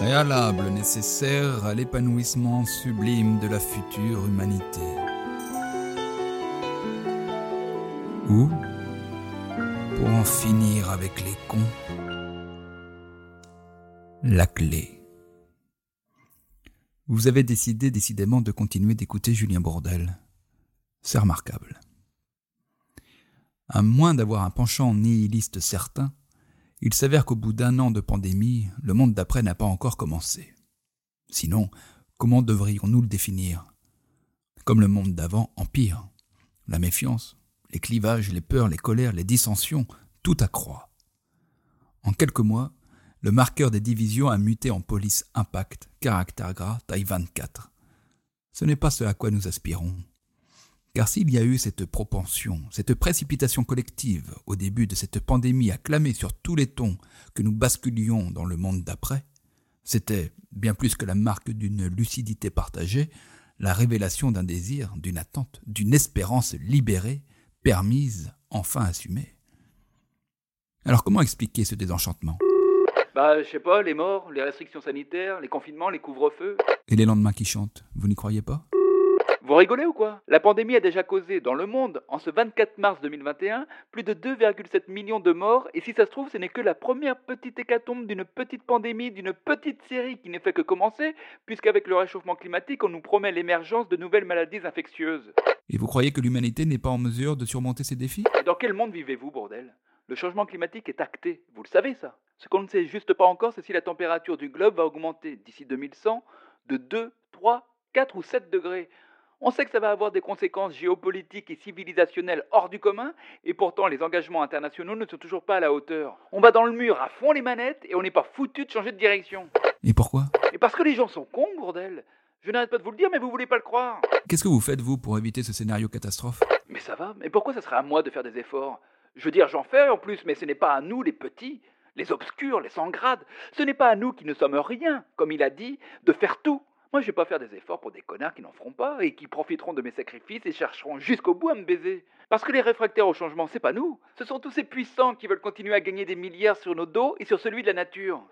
préalable nécessaire à l'épanouissement sublime de la future humanité. Ou, pour en finir avec les cons, la clé. Vous avez décidément de continuer d'écouter Julien Bourdelle. C'est remarquable. À moins d'avoir un penchant nihiliste certain, il s'avère qu'au bout d'1 an de pandémie, le monde d'après n'a pas encore commencé. Sinon, comment devrions-nous le définir ? Comme le monde d'avant, en pire. La méfiance, les clivages, les peurs, les colères, les dissensions, tout accroît. En quelques mois, le marqueur des divisions a muté en police impact, caractère gras, taille 24. Ce n'est pas ce à quoi nous aspirons. Car s'il y a eu cette propension, cette précipitation collective au début de cette pandémie à clamer sur tous les tons que nous basculions dans le monde d'après, c'était, bien plus que la marque d'une lucidité partagée, la révélation d'un désir, d'une attente, d'une espérance libérée, permise, enfin assumée. Alors comment expliquer ce désenchantement ? Je sais pas, les morts, les restrictions sanitaires, les confinements, les couvre-feux. Et les lendemains qui chantent, vous n'y croyez pas ? Vous rigolez ou quoi ? La pandémie a déjà causé dans le monde, en ce 24 mars 2021, plus de 2,7 millions de morts, et si ça se trouve, ce n'est que la première petite hécatombe d'une petite pandémie, d'une petite série qui ne fait que commencer, puisqu'avec le réchauffement climatique, on nous promet l'émergence de nouvelles maladies infectieuses. Et vous croyez que l'humanité n'est pas en mesure de surmonter ces défis ? Et dans quel monde vivez-vous, bordel ? Le changement climatique est acté, vous le savez ça. Ce qu'on ne sait juste pas encore, c'est si la température du globe va augmenter d'ici 2100 de 2, 3, 4 ou 7 degrés. On sait que ça va avoir des conséquences géopolitiques et civilisationnelles hors du commun, et pourtant les engagements internationaux ne sont toujours pas à la hauteur. On va dans le mur à fond les manettes, et on n'est pas foutu de changer de direction. Et pourquoi ? Et parce que les gens sont cons, bordel. Je n'arrête pas de vous le dire, mais vous voulez pas le croire. Qu'est-ce que vous faites, vous, pour éviter ce scénario catastrophe ? Mais ça va, mais pourquoi ça serait à moi de faire des efforts ? Je veux dire, j'en fais en plus, mais ce n'est pas à nous les petits, les obscurs, les sans grade. Ce n'est pas à nous qui ne sommes rien, comme il a dit, de faire tout. Moi, je vais pas faire des efforts pour des connards qui n'en feront pas et qui profiteront de mes sacrifices et chercheront jusqu'au bout à me baiser. Parce que les réfractaires au changement, c'est pas nous. Ce sont tous ces puissants qui veulent continuer à gagner des milliards sur nos dos et sur celui de la nature.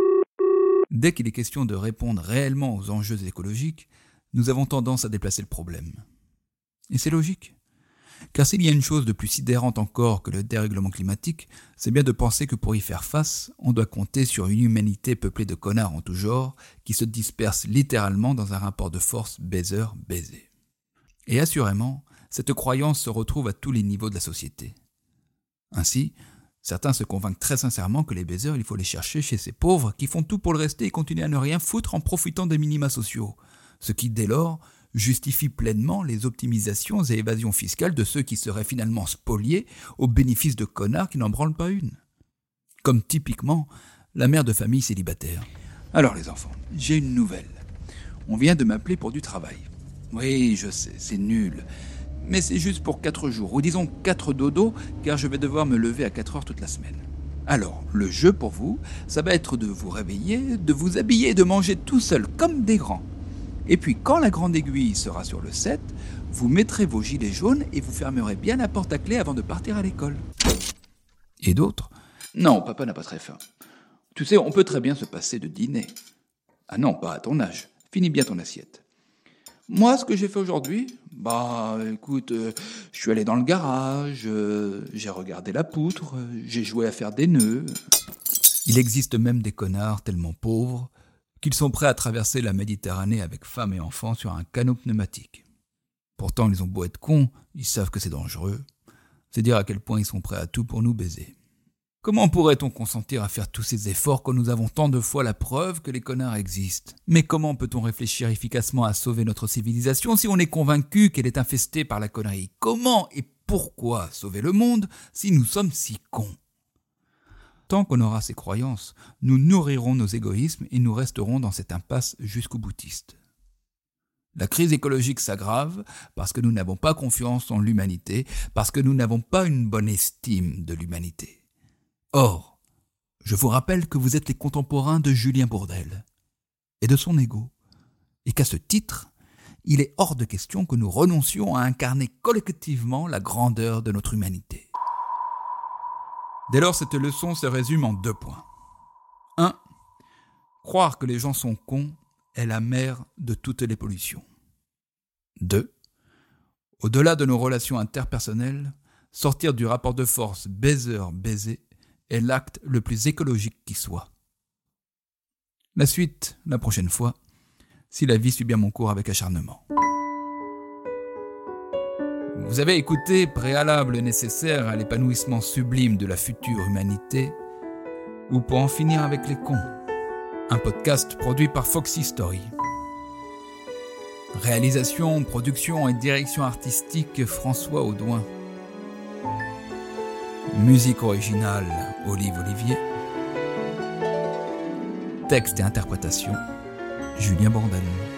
Dès qu'il est question de répondre réellement aux enjeux écologiques, nous avons tendance à déplacer le problème. Et c'est logique. Car s'il y a une chose de plus sidérante encore que le dérèglement climatique, c'est bien de penser que pour y faire face, on doit compter sur une humanité peuplée de connards en tout genre, qui se disperse littéralement dans un rapport de force baiseur-baisé. Et assurément, cette croyance se retrouve à tous les niveaux de la société. Ainsi, certains se convainquent très sincèrement que les baiseurs, il faut les chercher chez ces pauvres qui font tout pour le rester et continuer à ne rien foutre en profitant des minima sociaux, ce qui, dès lors, justifie pleinement les optimisations et évasions fiscales de ceux qui seraient finalement spoliés au bénéfice de connards qui n'en branlent pas une. Comme typiquement la mère de famille célibataire. Alors les enfants, j'ai une nouvelle. On vient de m'appeler pour du travail. Oui, je sais, c'est nul. Mais c'est juste pour 4 jours, ou disons 4 dodos, car je vais devoir me lever à 4 heures toute la semaine. Alors, le jeu pour vous, ça va être de vous réveiller, de vous habiller et de manger tout seul, comme des grands. Et puis, quand la grande aiguille sera sur le 7, vous mettrez vos gilets jaunes et vous fermerez bien la porte à clé avant de partir à l'école. Et d'autres ? Non, papa n'a pas très faim. Tu sais, on peut très bien se passer de dîner. Ah non, pas à ton âge. Finis bien ton assiette. Moi, ce que j'ai fait aujourd'hui, écoute, je suis allé dans le garage, j'ai regardé la poutre, j'ai joué à faire des nœuds. Il existe même des connards tellement pauvres qu'ils sont prêts à traverser la Méditerranée avec femmes et enfants sur un canot pneumatique. Pourtant, ils ont beau être cons, ils savent que c'est dangereux. C'est dire à quel point ils sont prêts à tout pour nous baiser. Comment pourrait-on consentir à faire tous ces efforts quand nous avons tant de fois la preuve que les connards existent ? Mais comment peut-on réfléchir efficacement à sauver notre civilisation si on est convaincu qu'elle est infestée par la connerie ? Comment et pourquoi sauver le monde si nous sommes si cons ? Tant qu'on aura ces croyances, nous nourrirons nos égoïsmes et nous resterons dans cette impasse jusqu'au boutiste. La crise écologique s'aggrave parce que nous n'avons pas confiance en l'humanité, parce que nous n'avons pas une bonne estime de l'humanité. Or, je vous rappelle que vous êtes les contemporains de Julien Bourdelle et de son ego, et qu'à ce titre, il est hors de question que nous renoncions à incarner collectivement la grandeur de notre humanité. Dès lors, cette leçon se résume en 2 points. 1. Croire que les gens sont cons est la mère de toutes les pollutions. 2. Au-delà de nos relations interpersonnelles, sortir du rapport de force baiser-baiser est l'acte le plus écologique qui soit. La suite, la prochaine fois, si la vie suit bien mon cours avec acharnement. Vous avez écouté Préalable nécessaire à l'épanouissement sublime de la future humanité, ou Pour en finir avec les cons, un podcast produit par Foxy Story. Réalisation, production et direction artistique François Audouin. Musique originale Olive Olivier. Texte et interprétation Julien Bordel.